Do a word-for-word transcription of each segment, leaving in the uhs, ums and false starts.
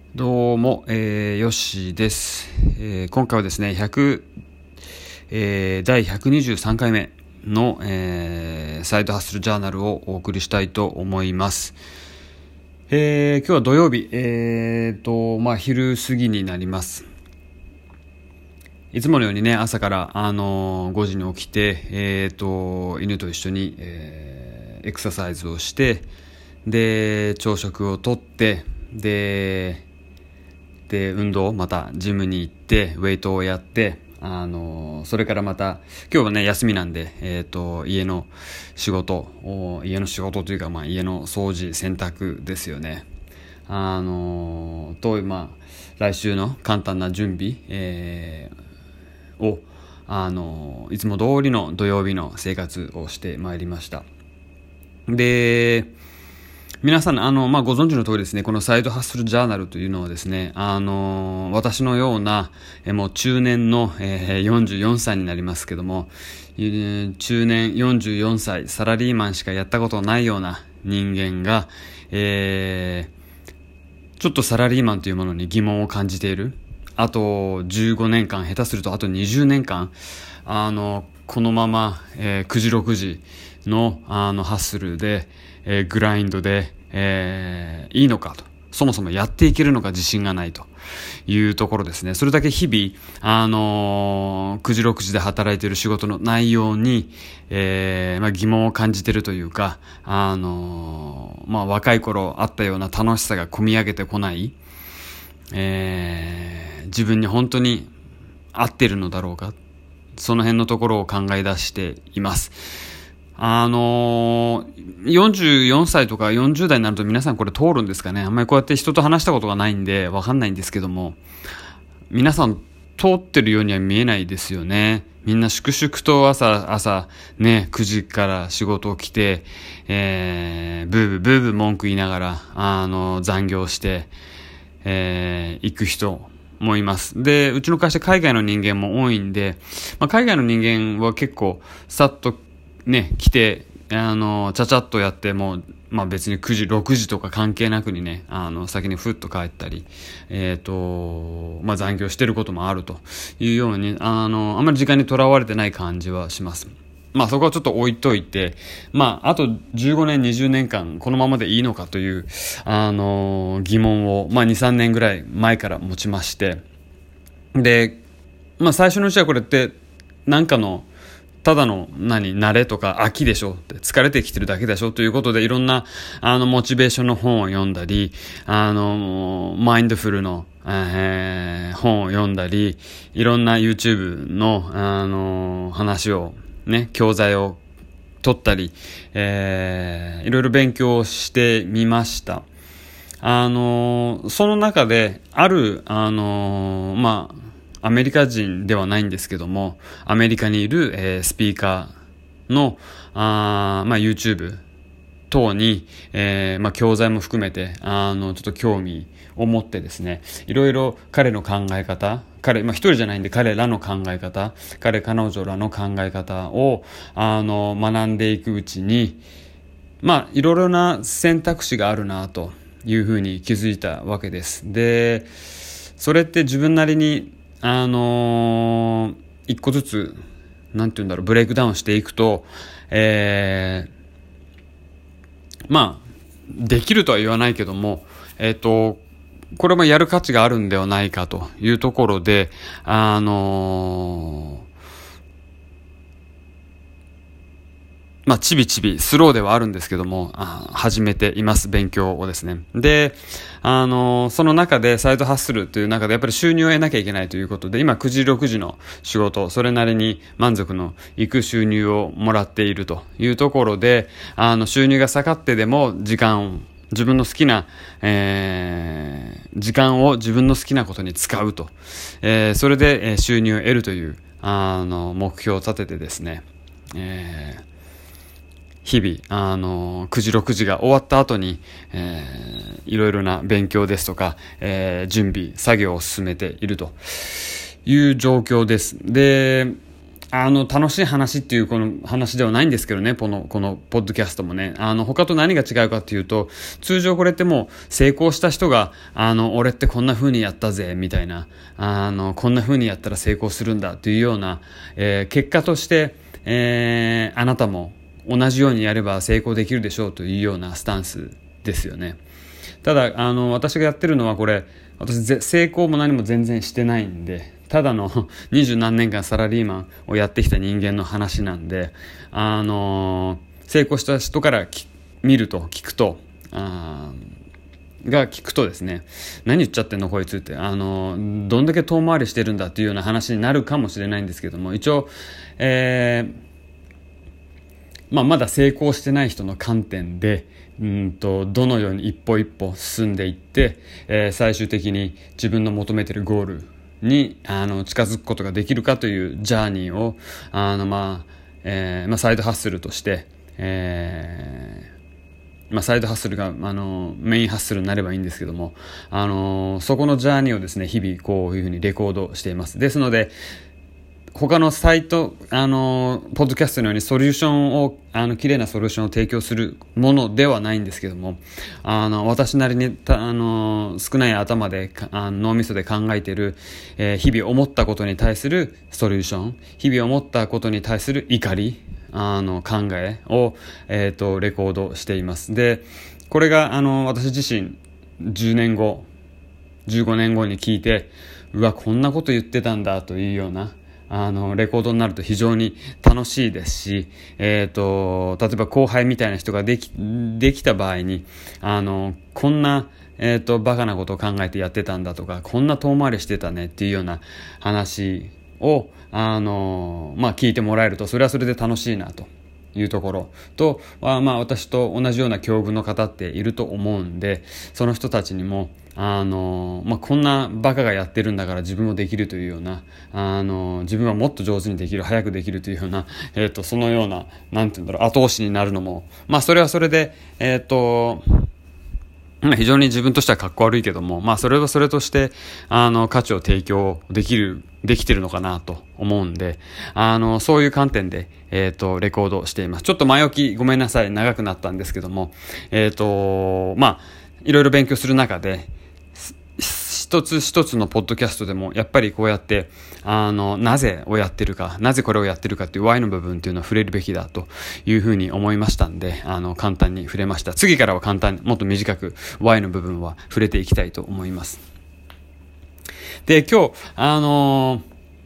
どうも、えー、よしです、えー。今回はですね、ひゃく、えー、だいひゃくにじゅうさんかいめの、えー、サイドハッスルジャーナルをお送りしたいと思います。えー、今日は土曜日、えーと、まあ、昼過ぎになります。いつものようにね、朝から、あのー、ごじに起きて、えーと、犬と一緒に、えー、エクササイズをして、で、朝食をとって、で、で運動またジムに行ってウェイトをやって、あのそれからまた今日はね休みなんで、えーと、家の仕事家の仕事というか、まあ、家の掃除洗濯ですよね。あのと、まあ、来週の簡単な準備、えー、をあのいつも通りの土曜日の生活をしてまいりました。で皆さん、あの、まあ、ご存知の通りですね、このサイドハッスルジャーナルというのはですね、あの、私のような、えもう中年の、えー、よんじゅうよんさいになりますけども、中年よんじゅうよんさい、サラリーマンしかやったことないような人間が、えー、ちょっとサラリーマンというものに疑問を感じている。あとじゅうごねんかん、下手するとあとにじゅうねんかん、あの、このまま、えー、くじろくじの、あのハッスルで、えー、グラインドで、えー、いいのかと、そもそもやっていけるのか自信がないというところですね。それだけ日々、あのー、くじろくじで働いている仕事の内容に、えーまあ、疑問を感じているというか、あのーまあ、若い頃あったような楽しさが込み上げてこない、えー、自分に本当に合っているのだろうか、その辺のところを考え出しています。あのー、よんじゅうよんさいとかよんじゅうだいになると皆さんこれ通るんですかね。あんまりこうやって人と話したことがないんでわかんないんですけども、皆さん通ってるようには見えないですよね。みんな粛々と朝、朝ね、くじから仕事を来て、えー、ブーブーブーブー文句言いながら、あの、残業して、えー、行く人もいます。で、うちの会社海外の人間も多いんで、まあ、海外の人間は結構さっとね、来て、あの、ちゃちゃっとやって、もう、まあ別にくじ、ろくじとか関係なくにね、あの、先にふっと帰ったり、えっと、まあ残業してることもあるというように、あの、あんまり時間にとらわれてない感じはします。まあそこはちょっと置いといて、まああとじゅうごねん、にじゅうねんかんこのままでいいのかという、あの、疑問を、まあに、さんねんぐらい前から持ちまして、で、まあ最初のうちはこれって、なんかの、ただの何慣れとか飽きでしょって疲れてきてるだけでしょということでいろんなあのモチベーションの本を読んだりあのマインドフルの、えー、本を読んだりいろんな YouTube の、あの話をね教材を取ったり、えー、いろいろ勉強してみました。あのその中であるあのまあアメリカ人ではないんですけども、アメリカにいる、えー、スピーカーの、あまあ、YouTube 等に、えーまあ、教材も含めて、あの、ちょっと興味を持ってですね、いろいろ彼の考え方、彼、まあ、一人じゃないんで彼らの考え方、彼、彼女らの考え方を、あの、学んでいくうちに、まあ、いろいろな選択肢があるな、というふうに気づいたわけです。で、それって自分なりに、あのー、一個ずつなんて言うんだろうブレイクダウンしていくと、えー、まあできるとは言わないけども、えっとこれもやる価値があるんではないかというところで、あのーまあ、ちびちび、スローではあるんですけども、あ始めています、勉強をですね。で、あのー、その中で、サイドハッスルという中で、やっぱり収入を得なきゃいけないということで、今くじ、ろくじの仕事、それなりに満足のいく収入をもらっているというところで、あの、収入が下がってでも、時間を、自分の好きな、えー、時間を自分の好きなことに使うと。えー、それで、えー、収入を得るという、あの、目標を立ててですね、えー日々、あの、くじろくじが終わった後に、えー、いろいろな勉強ですとか、えー、準備、作業を進めているという状況です。で、 あの、楽しい話っていうこの話ではないんですけどね、この、このポッドキャストもね。あの、他と何が違うかっていうと、通常これってもう成功した人が、あの、俺ってこんな風にやったぜ、みたいな、あの、こんな風にやったら成功するんだというような、えー、結果として、えー、あなたも同じようにやれば成功できるでしょうというようなスタンスですよね。ただ、あの、私がやってるのはこれ、私、成功も何も全然してないんで、ただの二十何年間サラリーマンをやってきた人間の話なんで、あのー、成功した人から見ると聞くとあが聞くとですね、何言っちゃってんのこいつって、あのー、どんだけ遠回りしてるんだっていうような話になるかもしれないんですけども、一応、えーまあ、まだ成功してない人の観点でうんとどのように一歩一歩進んでいって、えー、最終的に自分の求めているゴールにあの近づくことができるかというジャーニーをあの、まあえーまあ、サイドハッスルとして、えーまあ、サイドハッスルがあのメインハッスルになればいいんですけども、あのそこのジャーニーをですね日々こういうふうにレコードしています。ですので他のサイト、あの、ポッドキャストのようにソリューションを、あの、綺麗なソリューションを提供するものではないんですけども、あの、私なりに、あの、少ない頭で、あの脳みそで考えている、えー、日々思ったことに対するソリューション、日々思ったことに対する怒り、あの、考えを、えっと、レコードしています。で、これが、あの、私自身、じゅうねんご、じゅうごねんごに聞いて、うわ、こんなこと言ってたんだというような、あのレコードになると非常に楽しいですし、えーと、例えば後輩みたいな人ができ、できた場合にあのこんな、えーと、バカなことを考えてやってたんだとか、こんな遠回りしてたねっていうような話をあの、まあ、聞いてもらえるとそれはそれで楽しいなというところと、まあ、まあ私と同じような境遇の方っていると思うんで、その人たちにもあの、まあ、こんなバカがやってるんだから自分もできるというような、あの自分はもっと上手にできる、早くできるというような、えーと、そのようななんていうんだろう、後押しになるのも、まあそれはそれでえっと非常に自分としてはかっこ悪いけども、まあそれはそれとしてあの価値を提供できるできてるのかなと思うんで、あのそういう観点でえっとレコードしています。ちょっと前置きごめんなさい、長くなったんですけども、えっとまあいろいろ勉強する中で一つ一つのポッドキャストでもやっぱりこうやってあのなぜをやってるか、なぜこれをやってるかっていう ワイ の部分っていうのは触れるべきだというふうに思いましたんで、あの簡単に触れました。次からは簡単にもっと短く ワイ の部分は触れていきたいと思います。で、今日あの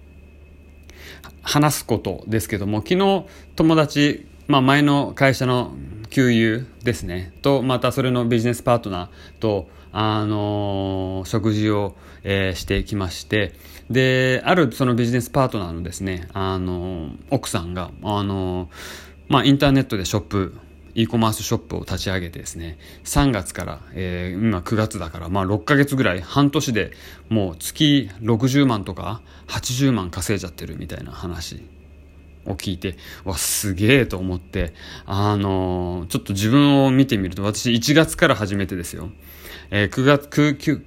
話すことですけども、昨日友達、まあ、前の会社の給油ですねと、またそれのビジネスパートナーとあのー、食事を、えー、してきまして、であるそのビジネスパートナーのですね、あのー、奥さんが、あのーまあ、インターネットでショップ e コマースショップを立ち上げてですね、さんがつから、えー、今くがつだから、まあ、ろっかげつぐらい、半年でもう月ろくじゅうまんとかはちじゅうまん稼いじゃってるみたいな話を聞いて、わすげえと思って、あのー、ちょっと自分を見てみると、私いちがつから始めてですよ、えー、くがつ 9, 9,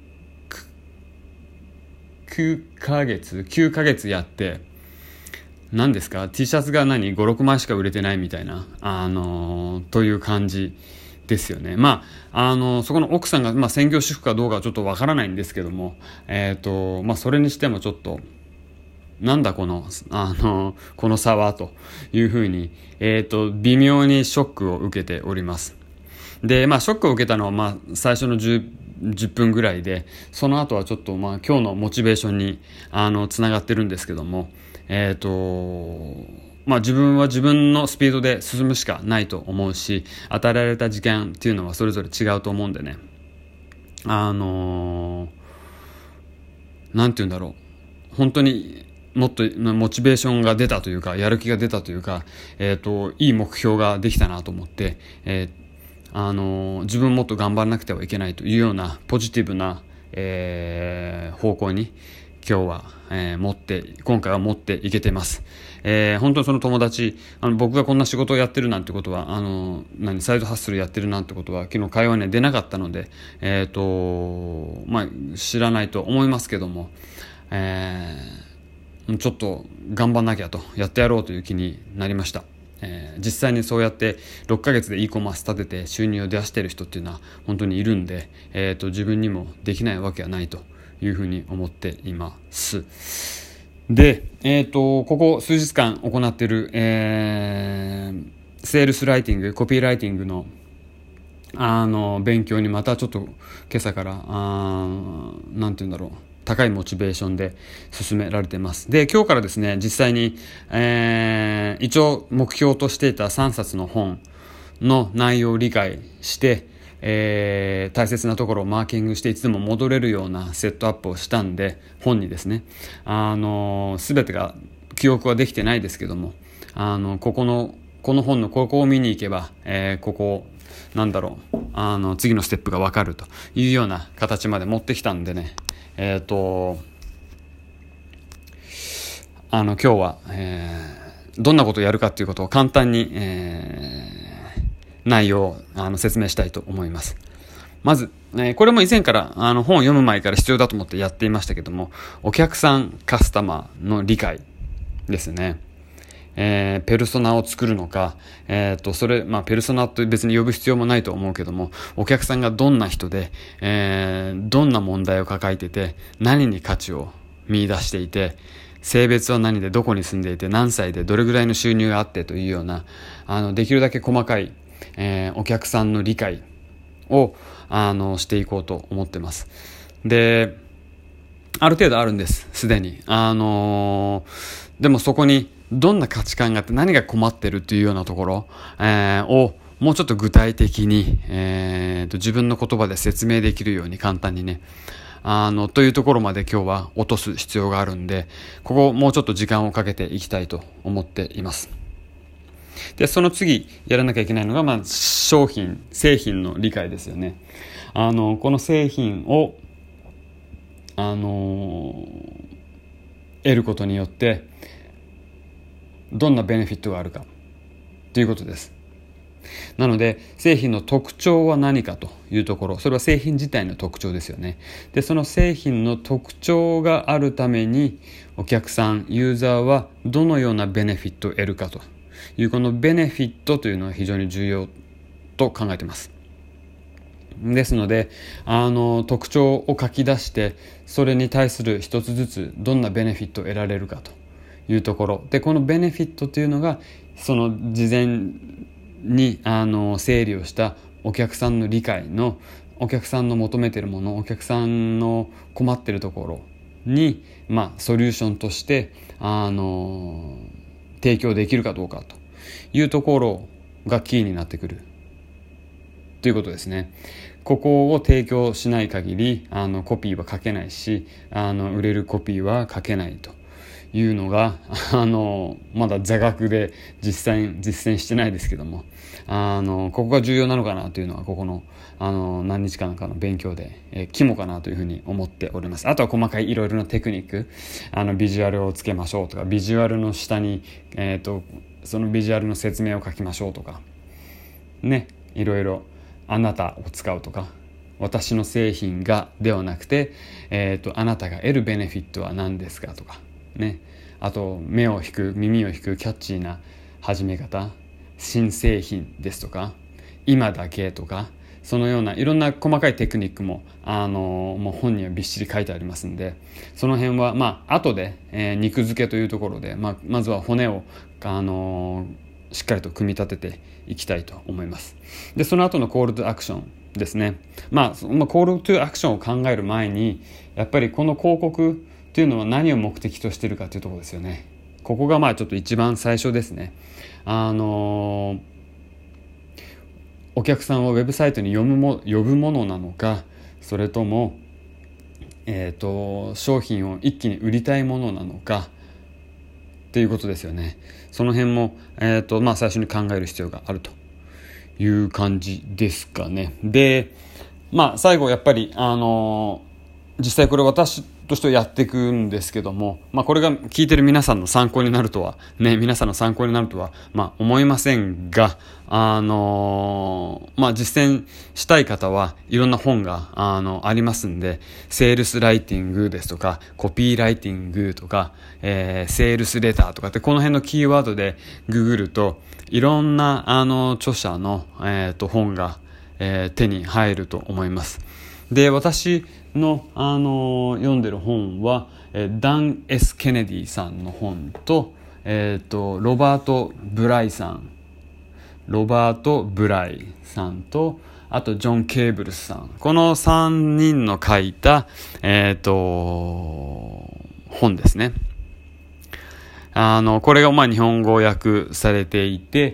9ヶ月きゅうかげつやって、何ですか T シャツが何ご、ろくまいしか売れてないみたいな、あのー、という感じですよね。まあ、あのー、そこの奥さんが、まあ、専業主婦かどうかはちょっとわからないんですけども、えっと、まあ、それにしてもちょっと、なんだこの、あの、この差はというふうに、えっと、微妙にショックを受けております。で、まあ、ショックを受けたのは、まあ、最初のじゅう、じゅっぷんぐらいで、その後はちょっと、まあ、今日のモチベーションに、あの、つながってるんですけども、えっと、まあ、自分は自分のスピードで進むしかないと思うし、与えられた時間っていうのはそれぞれ違うと思うんでね。あのー、なんて言うんだろう。本当に、もっとモチベーションが出たというか、やる気が出たというか、えっと、いい目標ができたなと思って、えー、あのー、自分もっと頑張らなくてはいけないというようなポジティブな、えー、方向に今日は、えー、持って、今回は持っていけてます。えー、本当にその友達、あの僕がこんな仕事をやってるなんてことは、あの、何、サイドハッスルやってるなんてことは昨日会話には出なかったので、えっと、まあ、知らないと思いますけども、えーちょっと頑張んなきゃと、やってやろうという気になりました。えー、実際にそうやってろっかげつで e コマース立てて収入を出している人っていうのは本当にいるんで、えーと、自分にもできないわけはないというふうに思っています。で、えーと、ここ数日間行っている、えー、セールスライティング、コピーライティングのあの勉強にまたちょっと今朝からあなんていうんだろう高いモチベーションで進められています。で、今日からですね、実際に、えー、一応目標としていたさんさつの本の内容を理解して、えー、大切なところをマーキングしていつでも戻れるようなセットアップをしたんで、本にですね、あの全てが記憶はできてないですけども、あのここのこの本のここを見に行けば、えー、ここなんだろうあの次のステップが分かるというような形まで持ってきたんでね、えっとあの今日は、えー、どんなことをやるかっていうことを簡単に、えー、内容をあの説明したいと思います。まず、えー、これも以前からあの本を読む前から必要だと思ってやっていましたけども、お客さんカスタマーの理解ですね。えー、ペルソナを作るのか、えー、とそれ、まあ、ペルソナって別に呼ぶ必要もないと思うけども、お客さんがどんな人で、えー、どんな問題を抱えてて、何に価値を見出していて、性別は何でどこに住んでいて、何歳でどれぐらいの収入があってというような、あのできるだけ細かい、えー、お客さんの理解をあのしていこうと思ってます。で、ある程度あるんです、すでに。あのー、でもそこにどんな価値観があって何が困ってるっていうようなところ、えー、をもうちょっと具体的に、えー、と自分の言葉で説明できるように簡単にね、あのというところまで今日は落とす必要があるんで、ここもうちょっと時間をかけていきたいと思っています。で、その次やらなきゃいけないのが、まあ、商品製品の理解ですよね。あのこの製品をあの得ることによってどんなベネフィットがあるかということです。なので製品の特徴は何かというところ、それは製品自体の特徴ですよね。で、その製品の特徴があるためにお客さんユーザーはどのようなベネフィットを得るかという、このベネフィットというのは非常に重要と考えています。ですので、あの特徴を書き出して、それに対する一つずつどんなベネフィットを得られるかというところで、このベネフィットというのがその事前にあの整理をしたお客さんの理解の、お客さんの求めているもの、お客さんの困っているところに、まあ、ソリューションとしてあの提供できるかどうかというところがキーになってくるということですね。ここを提供しない限りあのコピーは書けないし、あの売れるコピーは書けないというのがあのまだ座学で実際実践してないですけども、あのここが重要なのかなというのはここのあの何日間かの勉強で、えー、肝かなというふうに思っております。あとは細かいいろいろなテクニック、あのビジュアルをつけましょうとか、ビジュアルの下に、えーと、そのビジュアルの説明を書きましょうとかね、いろいろあなたを使うとか、私の製品がではなくて、えーと、あなたが得るベネフィットは何ですかとかね、あと目を引く耳を引くキャッチーな始め方、新製品ですとか今だけとか、そのようないろんな細かいテクニックもあのもう本にはびっしり書いてありますんで、その辺はまあ後で、えー、肉付けというところで、まあ、まずは骨をあのしっかりと組み立てていきたいと思います。で、その後のコールトゥアクションですね。まあ、まあ、コールトゥアクションを考える前にやっぱりこの広告っていうのは何を目的としているかというところですよね。ここがまあちょっと一番最初ですね。あのー、お客さんをウェブサイトに呼ぶも呼ぶものなのか、それとも、えーと、商品を一気に売りたいものなのかっていうことですよね。その辺も、えーとまあ、最初に考える必要があるという感じですかね。で、まあ、最後やっぱり、あのー実際これ私としてはやっていくんですけども、まあ、これが聞いてる皆さんの参考になるとはね、皆さんの参考になるとは、まあ、思いませんが、あのー、まあ、実践したい方はいろんな本が、あの、ありますんで、セールスライティングですとか、コピーライティングとか、えー、セールスレターとかって、この辺のキーワードでググると、いろんな、あの、著者の、えーと、本が、えー、手に入ると思います。で、私の、あのー、読んでる本は、えー、ダン・エス・ケネディさんの本と、えーと、ロバート・ブライさん、ロバート・ブライさんと、あとジョン・ケーブルスさん。このさんにんの書いた、えーと、本ですね。あの、これがまあ日本語訳されていて、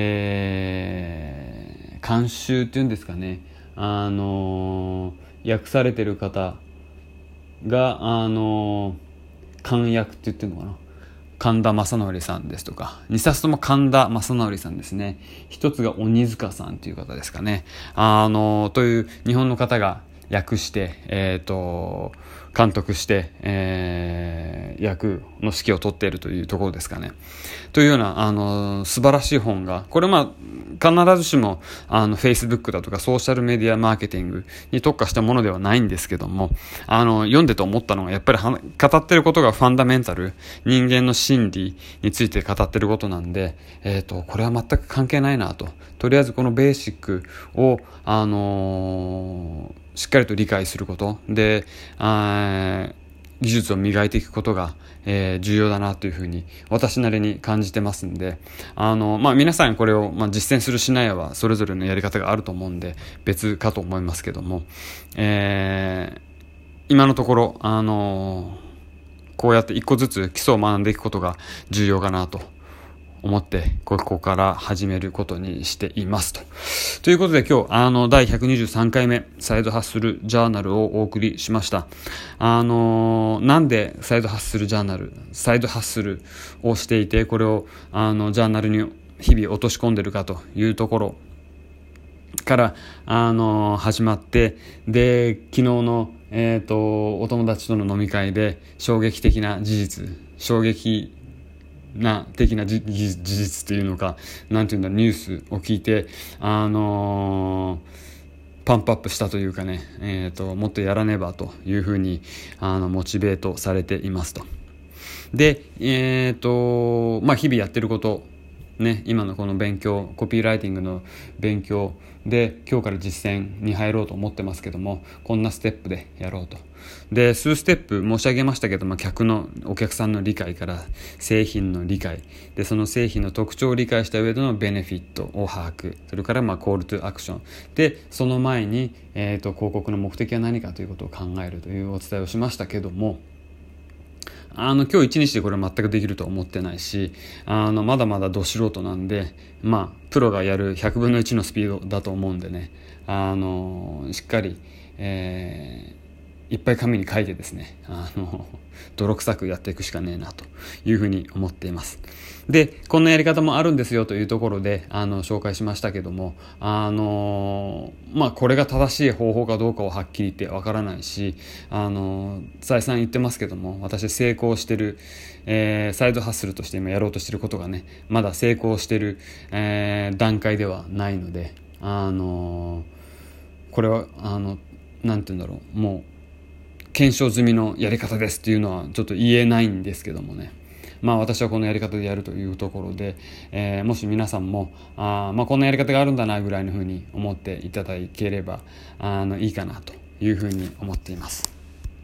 えー、監修っていうんですかね。あのー、訳されてる方が、あのー、漢訳って言ってるのかな。神田正則さんですとか、二冊とも神田正則さんですね。一つが鬼塚さんという方ですかね。あのー、という日本の方が訳して、えっと、監督して、えー、役の指揮を取っているというところですかね。というような、あの、素晴らしい本が、これまあ、必ずしも、あの、Facebook だとかソーシャルメディアマーケティングに特化したものではないんですけども、あの、読んでて思ったのが、やっぱり語ってることがファンダメンタル、人間の心理について語ってることなんで、えっと、これは全く関係ないなと。とりあえずこのベーシックを、あのー、しっかりと理解することで、あ技術を磨いていくことが、えー、重要だなというふうに私なりに感じてますんで、あの、まあ、皆さんこれを、まあ、実践するしないはそれぞれのやり方があると思うんで別かと思いますけども、えー、今のところ、あのこうやって一個ずつ基礎を学んでいくことが重要かなと思ってここから始めることにしていますと。ということで今日あのだいひゃくにじゅうさんかいめサイドハッスルジャーナルをお送りしました。あのなんでサイドハッスルジャーナルサイドハッスルをしていてこれをあのジャーナルに日々落とし込んでるかというところからあの始まって、で昨日のえっとお友達との飲み会で衝撃的な事実衝撃な的な事実というのかなんていうんだニュースを聞いてあのー、パンプアップしたというかね、えーと、もっとやらねばというふうにあのモチベートされていますと。でえっとまあ日々やってることね、今のこの勉強コピーライティングの勉強で今日から実践に入ろうと思ってますけども、こんなステップでやろうと。で数ステップ申し上げましたけども、客のお客さんの理解から製品の理解で、その製品の特徴を理解した上でのベネフィットを把握、それからまあコールトゥアクションで、その前に、えーと広告の目的は何かということを考えるというお伝えをしましたけども、あの今日一日でこれ全くできるとは思ってないし、あのまだまだど素人なんで、まあプロがやるひゃくぶんのいちのスピードだと思うんでね、あのしっかり、えーいっぱい紙に書いてですね、あの泥臭くやっていくしかねえなというふうに思っています。でこんなやり方もあるんですよというところであの紹介しましたけども、あのまあこれが正しい方法かどうかははっきり言ってわからないし、あの再三言ってますけども、私成功してる、えー、サイドハッスルとして今やろうとしてることがね、まだ成功してる、えー、段階ではないので、あのこれはあのなんて言うんだろう、もう検証済みのやり方ですっていうのはちょっと言えないんですけどもね、まあ私はこのやり方でやるというところで、えー、もし皆さんもあ、まあ、こんなやり方があるんだなぐらいのふうに思っていただければあのいいかなというふうに思っています。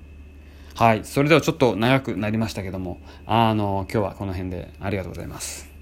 はい、それではちょっと長くなりましたけども、あの今日はこの辺でありがとうございます。